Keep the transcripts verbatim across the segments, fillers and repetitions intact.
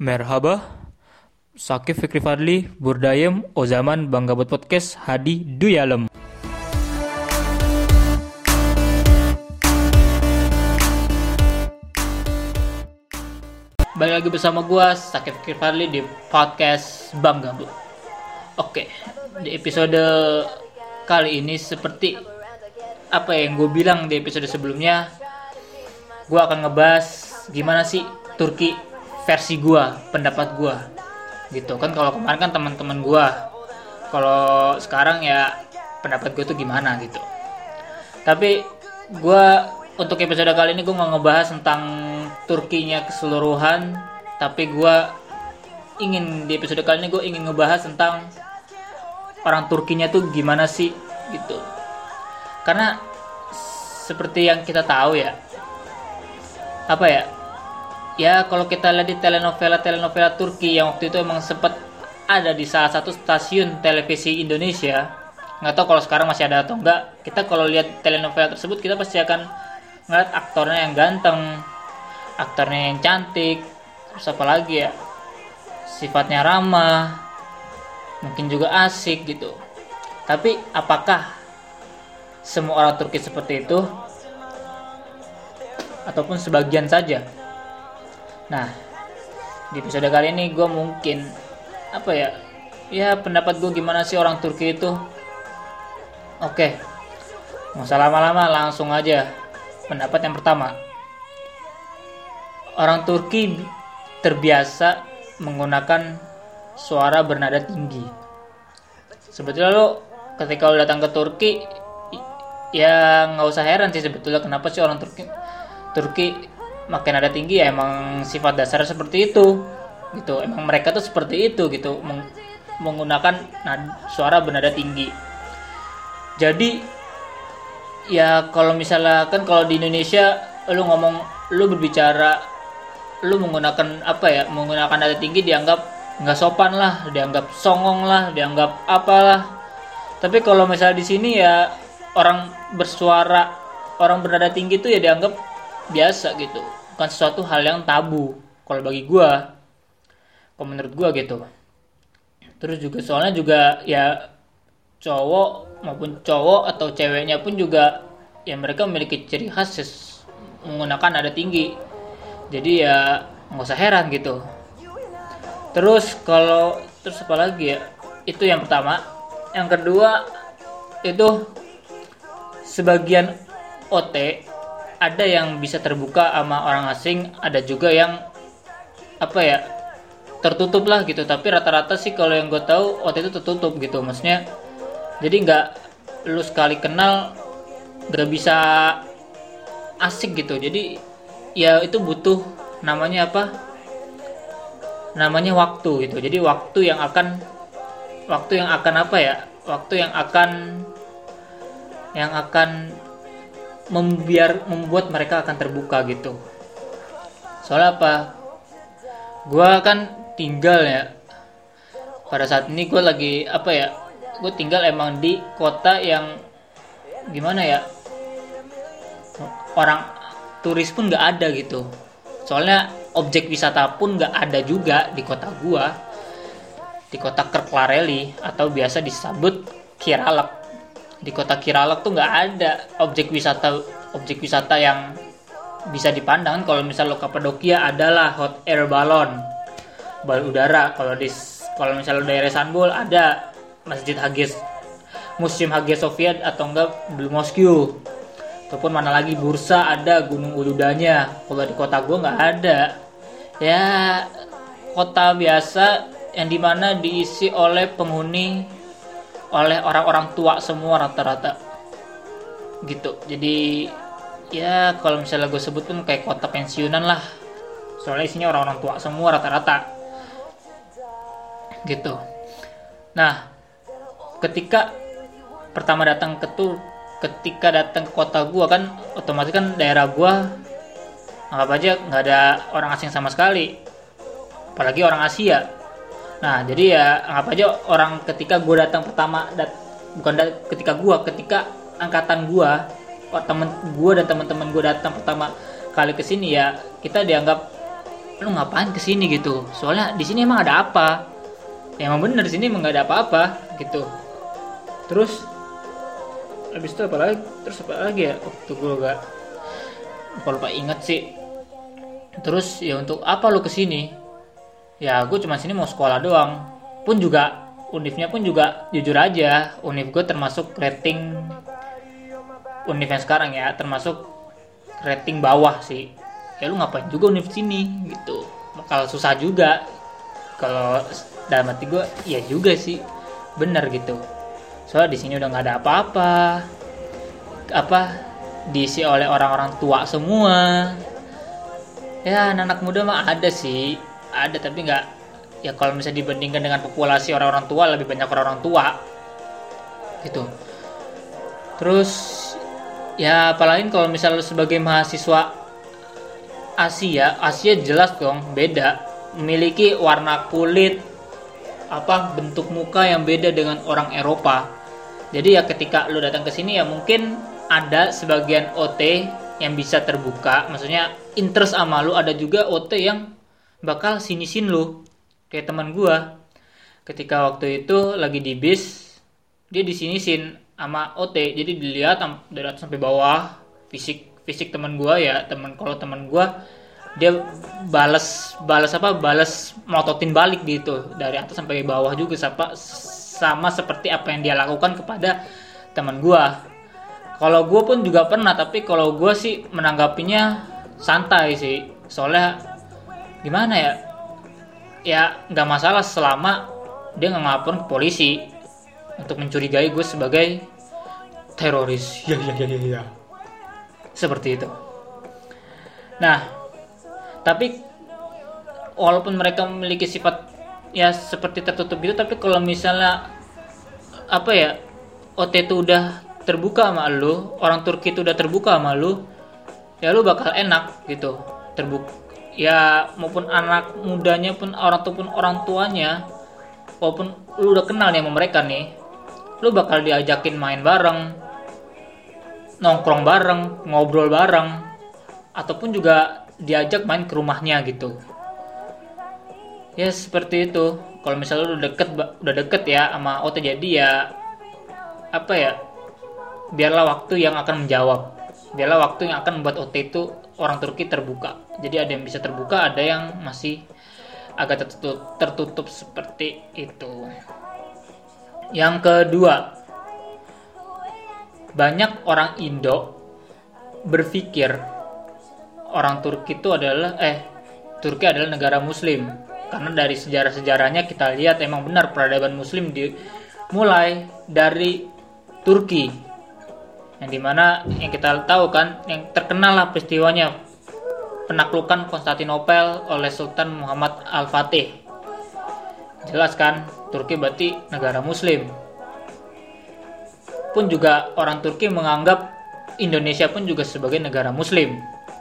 Merhaba, Sakif Fikri Fadli, Burdayem, O Zaman, Bangga Buat Podcast, Hadi Duyalem. Balik lagi bersama gua, Sakif Fikri Fadli di podcast Bangga Bu. Oke, di episode kali ini seperti apa yang gue bilang di episode sebelumnya, gue akan ngebahas gimana sih Turki versi gua, pendapat gua, gitu kan. Kalau kemarin kan teman-teman gua, kalau sekarang ya pendapat gua tuh gimana gitu. Tapi gua untuk episode kali ini gua nggak ngebahas tentang Turkinya keseluruhan, tapi gua ingin di episode kali ini gua ingin ngebahas tentang orang Turkinya tuh gimana sih gitu. Karena seperti yang kita tahu ya, apa ya? Ya kalau kita lihat di telenovela-telenovela Turki yang waktu itu emang sempat ada di salah satu stasiun televisi Indonesia, nggak tahu kalau sekarang masih ada atau enggak. Kita kalau lihat telenovela tersebut kita pasti akan ngeliat aktornya yang ganteng, aktornya yang cantik, terus apa lagi ya, sifatnya ramah, mungkin juga asik gitu. Tapi apakah semua orang Turki seperti itu? Ataupun sebagian saja? Nah, di episode kali ini gue mungkin apa ya, ya pendapat gue gimana sih orang Turki itu. Oke, nggak usah lama-lama, langsung aja. Pendapat yang pertama, orang Turki terbiasa menggunakan suara bernada tinggi. Sebetulnya lo ketika lo datang ke Turki, ya nggak usah heran sih sebetulnya kenapa sih orang Turki Turki makin nada tinggi. Ya emang sifat dasar seperti itu gitu. Emang mereka tuh seperti itu gitu, meng- menggunakan nada, suara bernada tinggi. Jadi ya kalau misalnya kan kalau di Indonesia lu ngomong, lu berbicara, lu menggunakan apa ya, menggunakan nada tinggi dianggap nggak sopan lah, dianggap songong lah, dianggap apalah. Tapi kalau misalnya di sini ya orang bersuara, orang bernada tinggi tuh ya dianggap biasa gitu, bukan sesuatu hal yang tabu kalau bagi gua, kalau menurut gua gitu. Terus juga soalnya juga ya cowok maupun cowok atau ceweknya pun juga ya mereka memiliki ciri khas menggunakan nada tinggi, jadi ya nggak usah heran gitu. Terus kalau terus apa lagi ya, itu yang pertama. Yang kedua itu sebagian O T ada yang bisa terbuka sama orang asing, ada juga yang apa ya, tertutup lah gitu. Tapi rata-rata sih kalau yang gue tahu O T itu tertutup gitu, maksudnya jadi nggak lu sekali kenal nggak bisa asik gitu. Jadi ya itu butuh namanya apa, namanya waktu gitu. Jadi waktu yang akan waktu yang akan apa ya waktu yang akan yang akan membiar membuat mereka akan terbuka gitu. Soalnya apa, gue kan tinggal ya pada saat ini, gue lagi apa ya, gue tinggal emang di kota yang gimana ya, orang turis pun nggak ada gitu. Soalnya objek wisata pun nggak ada juga di kota gue, di kota Kırklareli atau biasa disebut Kiralak. Di kota Kiralak tuh nggak ada objek wisata objek wisata yang bisa dipandang. Kalau misal lo Kapadokia adalah hot air balon, balon udara. Kalau di kalau misal lo daerah Istanbul ada Masjid Hagia, Museum Hagia Sophia atau enggak Blue Mosque. Ataupun mana lagi, Bursa ada, Gunung Uludanya. Kalau di kota gue nggak ada. Ya kota biasa yang dimana diisi oleh penghuni, oleh orang-orang tua semua rata-rata gitu. Jadi ya kalau misalnya gue sebut pun kayak kota pensiunan lah, soalnya isinya orang-orang tua semua rata-rata gitu. Nah ketika pertama datang ke tuh ketika datang ke kota gue kan otomatis kan daerah gue anggap aja nggak ada orang asing sama sekali, apalagi orang Asia. Nah jadi ya anggap aja orang ketika gue datang pertama dat, bukan dat, ketika gue ketika angkatan gue, oh, temen gue dan teman-teman gue datang pertama kali ke sini ya kita dianggap lu ngapain kesini gitu, soalnya di sini emang ada apa. Ya, emang bener di sini emang gak ada apa-apa gitu. Terus habis itu apa lagi terus apa lagi ya waktu gue gak kalau lupa inget sih. Terus ya untuk apa lu kesini, ya gue cuma sini mau sekolah doang. Pun juga univnya pun juga jujur aja, univ gue termasuk rating univ yang sekarang ya, termasuk rating bawah sih. Ya lu ngapain juga univ sini gitu, bakal susah juga. Kalau dalam hati gue ya juga sih bener gitu, soalnya di sini udah nggak ada apa-apa, apa diisi oleh orang-orang tua semua. Ya anak-anak muda mah ada sih, ada tapi nggak, ya kalau misalnya dibandingkan dengan populasi orang-orang tua lebih banyak orang-orang tua gitu. Terus ya apalagi kalau misalnya sebagai mahasiswa Asia, Asia jelas dong beda, memiliki warna kulit, apa bentuk muka yang beda dengan orang Eropa. Jadi ya ketika lu datang ke sini ya mungkin ada sebagian O T yang bisa terbuka, maksudnya interest sama lu, ada juga O T yang bakal sinisin lu. Kayak teman gua, ketika waktu itu lagi di bis, dia disinisin sama O T, jadi dilihat dari atas sampai bawah. Fisik fisik teman gua ya, teman kalau teman gua dia balas balas apa balas melototin balik gitu dari atas sampai bawah juga, sama sama seperti apa yang dia lakukan kepada teman gua. Kalau gua pun juga pernah, tapi kalau gua sih menanggapinya santai sih, soalnya gimana ya, ya nggak masalah selama dia nggak ngelaporin ke polisi untuk mencurigai gue sebagai teroris. Ya ya ya ya ya. Seperti itu. Nah, tapi walaupun mereka memiliki sifat ya seperti tertutup gitu, tapi kalau misalnya apa ya, O T itu udah terbuka sama lu, orang Turki itu udah terbuka sama lu, ya lu bakal enak gitu. Terbuka ya, maupun anak mudanya pun, orang ataupun orang tuanya, walaupun lu udah kenal nih sama mereka nih, lu bakal diajakin main bareng, nongkrong bareng, ngobrol bareng, ataupun juga diajak main ke rumahnya gitu. Ya seperti itu. Kalau misalnya lu udah deket udah deket ya sama O T, jadi ya apa ya, biarlah waktu yang akan menjawab, biarlah waktu yang akan membuat O T itu orang Turki terbuka. Jadi ada yang bisa terbuka, ada yang masih agak tertutup, tertutup seperti itu. Yang kedua, banyak orang Indo berpikir orang Turki itu adalah eh Turki adalah negara Muslim, karena dari sejarah-sejarahnya kita lihat emang benar peradaban Muslim dimulai dari Turki, yang dimana yang kita tahu kan, yang terkenal lah peristiwanya, penaklukan Konstantinopel oleh Sultan Muhammad Al-Fatih. Jelas kan, Turki berarti negara Muslim. Pun juga orang Turki menganggap Indonesia pun juga sebagai negara Muslim.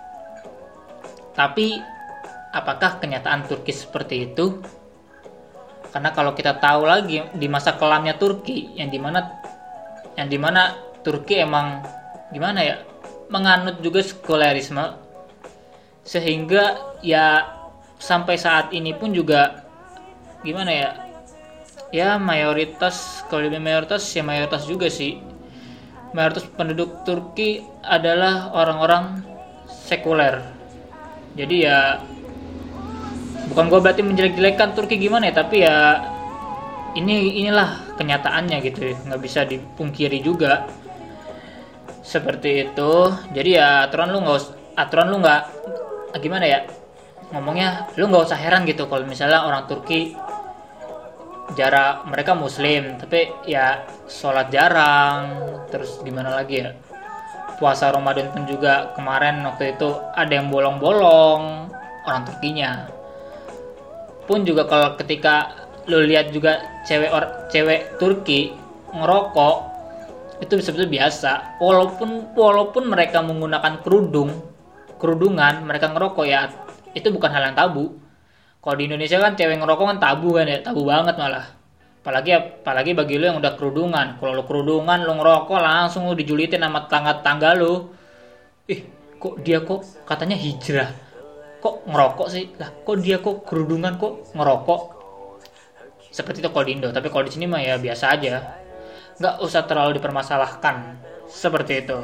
Tapi apakah kenyataan Turki seperti itu? Karena kalau kita tahu lagi di masa kelamnya Turki, yang dimana yang dimana Turki emang gimana ya, menganut juga sekularisme, sehingga ya sampai saat ini pun juga gimana ya, ya mayoritas, kalau lebih mayoritas ya mayoritas juga sih, mayoritas penduduk Turki adalah orang-orang sekuler. Jadi ya bukan gue berarti menjelek-jelekan Turki gimana ya, tapi ya ini inilah kenyataannya gitu ya, nggak bisa dipungkiri juga seperti itu. Jadi ya aturan lu nggak aturan lu nggak gimana ya ngomongnya, lu nggak usah heran gitu kalau misalnya orang Turki jarak mereka Muslim tapi ya sholat jarang, terus gimana lagi ya, puasa Ramadan pun juga kemarin waktu itu ada yang bolong-bolong orang Turkinya. Pun juga kalau ketika lu lihat juga cewek or, cewek Turki ngerokok, itu sebetulnya biasa, walaupun walaupun mereka menggunakan kerudung kerudungan, mereka ngerokok ya itu bukan hal yang tabu. Kalau di Indonesia kan cewek ngerokok kan tabu kan ya, tabu banget malah. Apalagi apalagi bagi lu yang udah kerudungan. Kalau lu kerudungan lu ngerokok langsung lu dijulitin sama tangga-tangga lu. Ih, kok dia kok katanya hijrah. kok ngerokok sih, lah kok dia kok kerudungan kok ngerokok, seperti itu kalau di Indo. Tapi kalau di sini mah ya biasa aja, nggak usah terlalu dipermasalahkan seperti itu.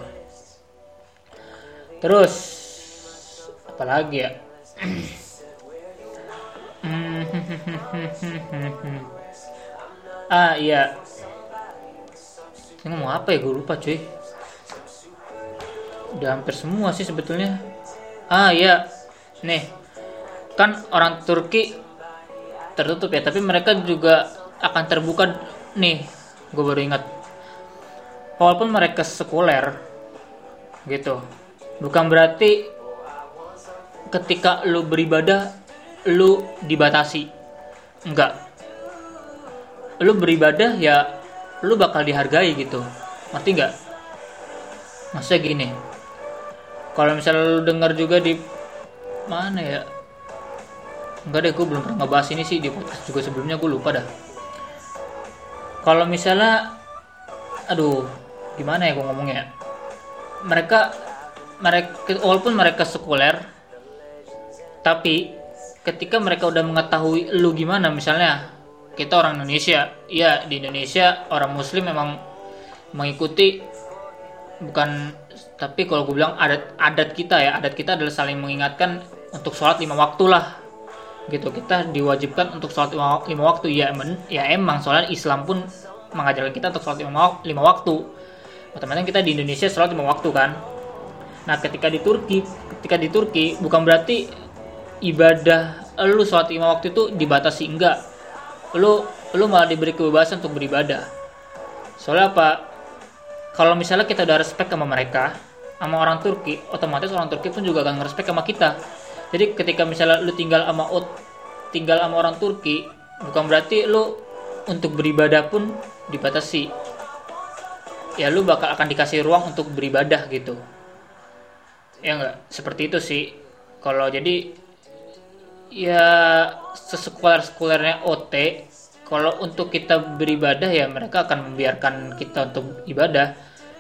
Terus apalagi ya, ah iya, ini ngomong apa ya, gue lupa cuy. Udah hampir semua sih sebetulnya. Ah iya, nih kan orang Turki tertutup ya, tapi mereka juga akan terbuka nih. Gue baru ingat, walaupun mereka sekuler gitu, bukan berarti ketika lu beribadah lu dibatasi. Enggak, lu beribadah ya lu bakal dihargai gitu, ngerti nggak? Maksudnya gini, kalau misalnya lu dengar juga di mana ya, enggak deh, gue belum pernah ngebahas ini sih di podcast juga sebelumnya, gue lupa dah. Kalau misalnya, aduh, gimana ya gue ngomongnya? Mereka, mereka walaupun mereka sekuler, tapi ketika mereka udah mengetahui lu gimana, misalnya kita orang Indonesia, ya di Indonesia orang Muslim memang mengikuti, bukan, tapi kalau gue bilang adat adat kita ya, adat kita adalah saling mengingatkan untuk sholat lima waktu lah, gitu. Kita diwajibkan untuk sholat lima, lima waktu ya, men, ya emang soalnya Islam pun mengajarkan kita untuk sholat lima, lima waktu. Otomatis kita di Indonesia sholat lima waktu kan. Nah ketika di Turki, ketika di Turki bukan berarti ibadah lu sholat lima waktu itu dibatasi, enggak. Lu lu malah diberi kebebasan untuk beribadah. Soalnya apa? Kalau misalnya kita udah respect sama mereka, sama orang Turki, otomatis orang Turki pun juga akan respect sama kita. Jadi ketika misalnya lu tinggal sama ut, tinggal sama orang Turki, bukan berarti lu untuk beribadah pun dibatasi. Ya lu bakal akan dikasih ruang untuk beribadah gitu. Ya enggak? Seperti itu sih. Kalau jadi ya sesekuler-sekulernya O T, kalau untuk kita beribadah ya mereka akan membiarkan kita untuk ibadah,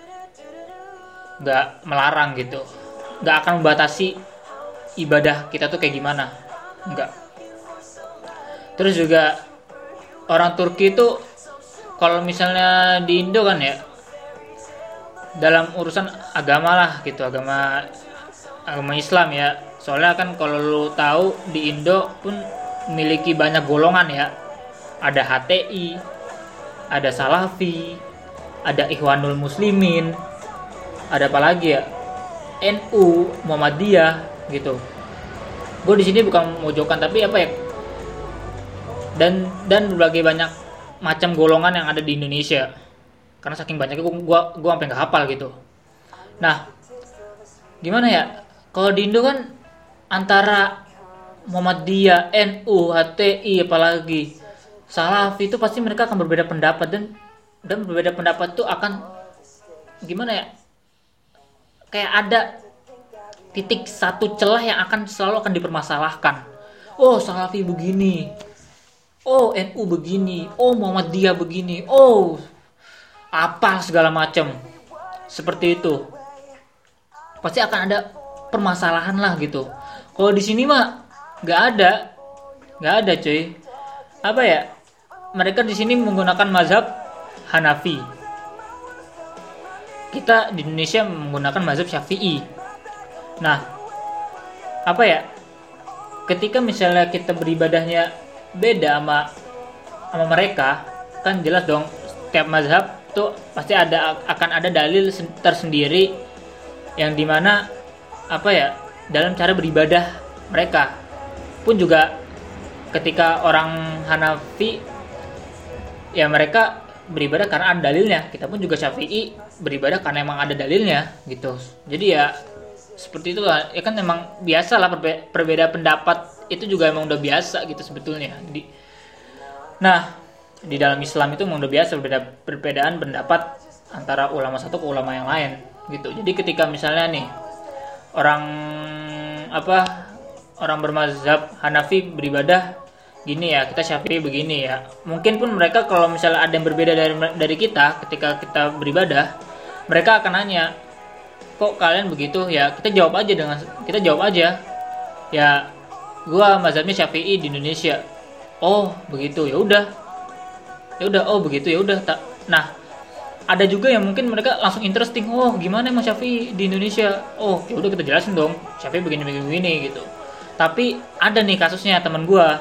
nggak melarang gitu, nggak akan membatasi ibadah kita tuh kayak gimana, nggak. Terus juga orang Turki itu kalau misalnya di Indo kan ya, dalam urusan agama lah gitu, agama agama Islam ya. Soalnya kan kalau lu tahu di Indo pun memiliki banyak golongan ya. Ada H T I, ada Salafi, ada Ikhwanul Muslimin, ada apa lagi ya? N U, Muhammadiyah gitu. Gue di sini bukan mojokan tapi apa ya? Dan dan berbagai banyak macam golongan yang ada di Indonesia. Karena saking banyaknya gue gua gua sampai nggak hafal gitu. Nah, gimana ya? Kalau di Indo kan antara Muhammadiyah, N U, H T I, apalagi Salafi itu pasti mereka akan berbeda pendapat, dan dan berbeda pendapat itu akan gimana ya? Kayak ada titik satu celah yang akan selalu akan dipermasalahkan. Oh, Salafi begini. Oh, N U begini. Oh, Muhammadiyah begini. Oh, apa segala macam. Seperti itu. Pasti akan ada permasalahan lah gitu. Kalau di sini mah nggak ada, nggak ada cuy. Apa ya? Mereka di sini menggunakan mazhab Hanafi. Kita di Indonesia menggunakan mazhab Syafi'i. Nah, apa ya? Ketika misalnya kita beribadahnya beda sama sama mereka, kan jelas dong setiap mazhab tuh pasti ada akan ada dalil tersendiri yang dimana apa ya, dalam cara beribadah mereka pun juga ketika orang Hanafi ya mereka beribadah karena ada dalilnya, kita pun juga Syafi'i beribadah karena emang ada dalilnya gitu. Jadi ya seperti itu lah, ya kan emang biasa lah perbe- perbedaan pendapat itu juga emang udah biasa gitu sebetulnya. Di, nah di dalam Islam itu emang udah biasa berbeda, perbedaan pendapat antara ulama satu ke ulama yang lain gitu. Jadi ketika misalnya nih orang apa orang bermazhab Hanafi beribadah gini ya, kita Syafi'i begini ya, mungkin pun mereka kalau misalnya ada yang berbeda dari dari kita ketika kita beribadah, mereka akan nanya, kok kalian begitu ya, kita jawab aja dengan kita jawab aja ya gua mazhabnya Syafi'i di Indonesia. Oh begitu, ya udah ya udah oh begitu ya udah tak. Nah ada juga yang mungkin mereka langsung interesting, oh gimana emang Syafi'i di Indonesia, oh ya udah kita jelasin dong Syafi'i begini begini begini gitu. Tapi ada nih kasusnya teman gua,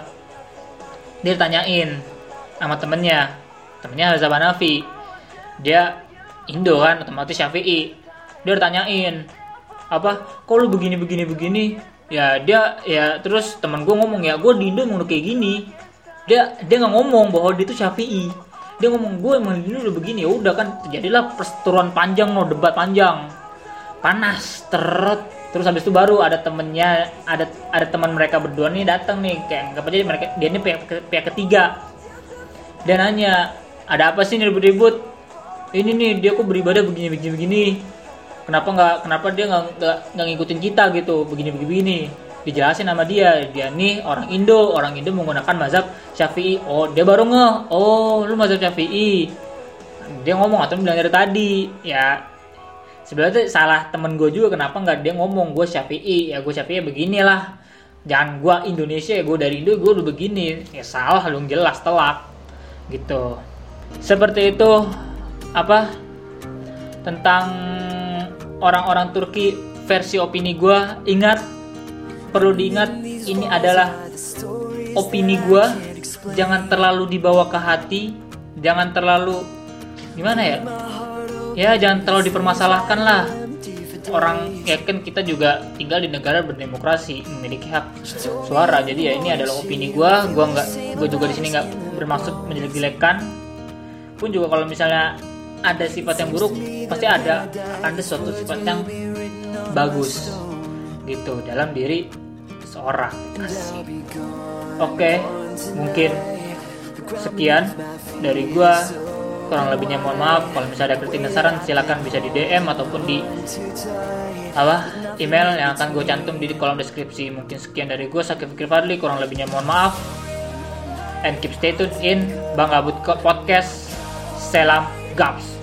dia ditanyain sama temennya temennya Reza Hanafi, dia Indo kan, otomatis Syafi'i. Dia ditanyain apa, kok lu begini begini begini, ya dia ya terus teman gue ngomong, ya gue di Indo emang udah kayak gini. Dia dia nggak ngomong bahwa dia tuh Syafi'i, dia ngomong gue emang di Indo udah begini. Ya udah kan terjadilah perseteruan panjang, no debat panjang panas teret. Terus habis itu baru ada temennya, ada ada teman mereka berdua nih datang nih, kayak nggak aja mereka, dia ini pihak, pihak ketiga. Dia nanya, ada apa sih nih ribut-ribut? Ini nih dia kok beribadah begini begini begini. Kenapa nggak kenapa dia nggak nggak ngikutin kita gitu, begini begini begini. Dijelasin sama dia, dia nih orang Indo, orang Indo menggunakan mazhab Syafi'i. Oh dia baru nge, oh lu mazhab Syafi'i. Dia ngomong atau bilang dari tadi, ya sebenarnya salah temen gue juga, kenapa nggak dia ngomong gue Syafi'i, ya gue Syafi'i beginilah. Jangan gue Indonesia, ya gue dari Indo gue udah begini. Ya salah dong, jelas telak gitu. Seperti itu apa tentang orang-orang Turki versi opini gue. Ingat, perlu diingat, ini adalah opini gue, jangan terlalu dibawa ke hati, jangan terlalu gimana ya ya jangan terlalu dipermasalahkan lah. Orang ya kan kita juga tinggal di negara berdemokrasi, memiliki hak suara. Jadi ya ini adalah opini gue, gue nggak gue juga di sini nggak bermaksud menjelek-jelekan. Pun juga kalau misalnya ada sifat yang buruk, pasti ada ada suatu sifat yang bagus gitu dalam diri seorang. Oke, mungkin sekian dari gua. Kurang lebihnya mohon maaf. Kalau misalnya ada kritik dan saran, silakan bisa di D M ataupun di apa email yang akan gue cantum di kolom deskripsi. Mungkin sekian dari gue, Syakir Fikri Fadli. Kurang lebihnya mohon maaf. And keep stay tuned in Bang Gabut Podcast. Salam Gaps.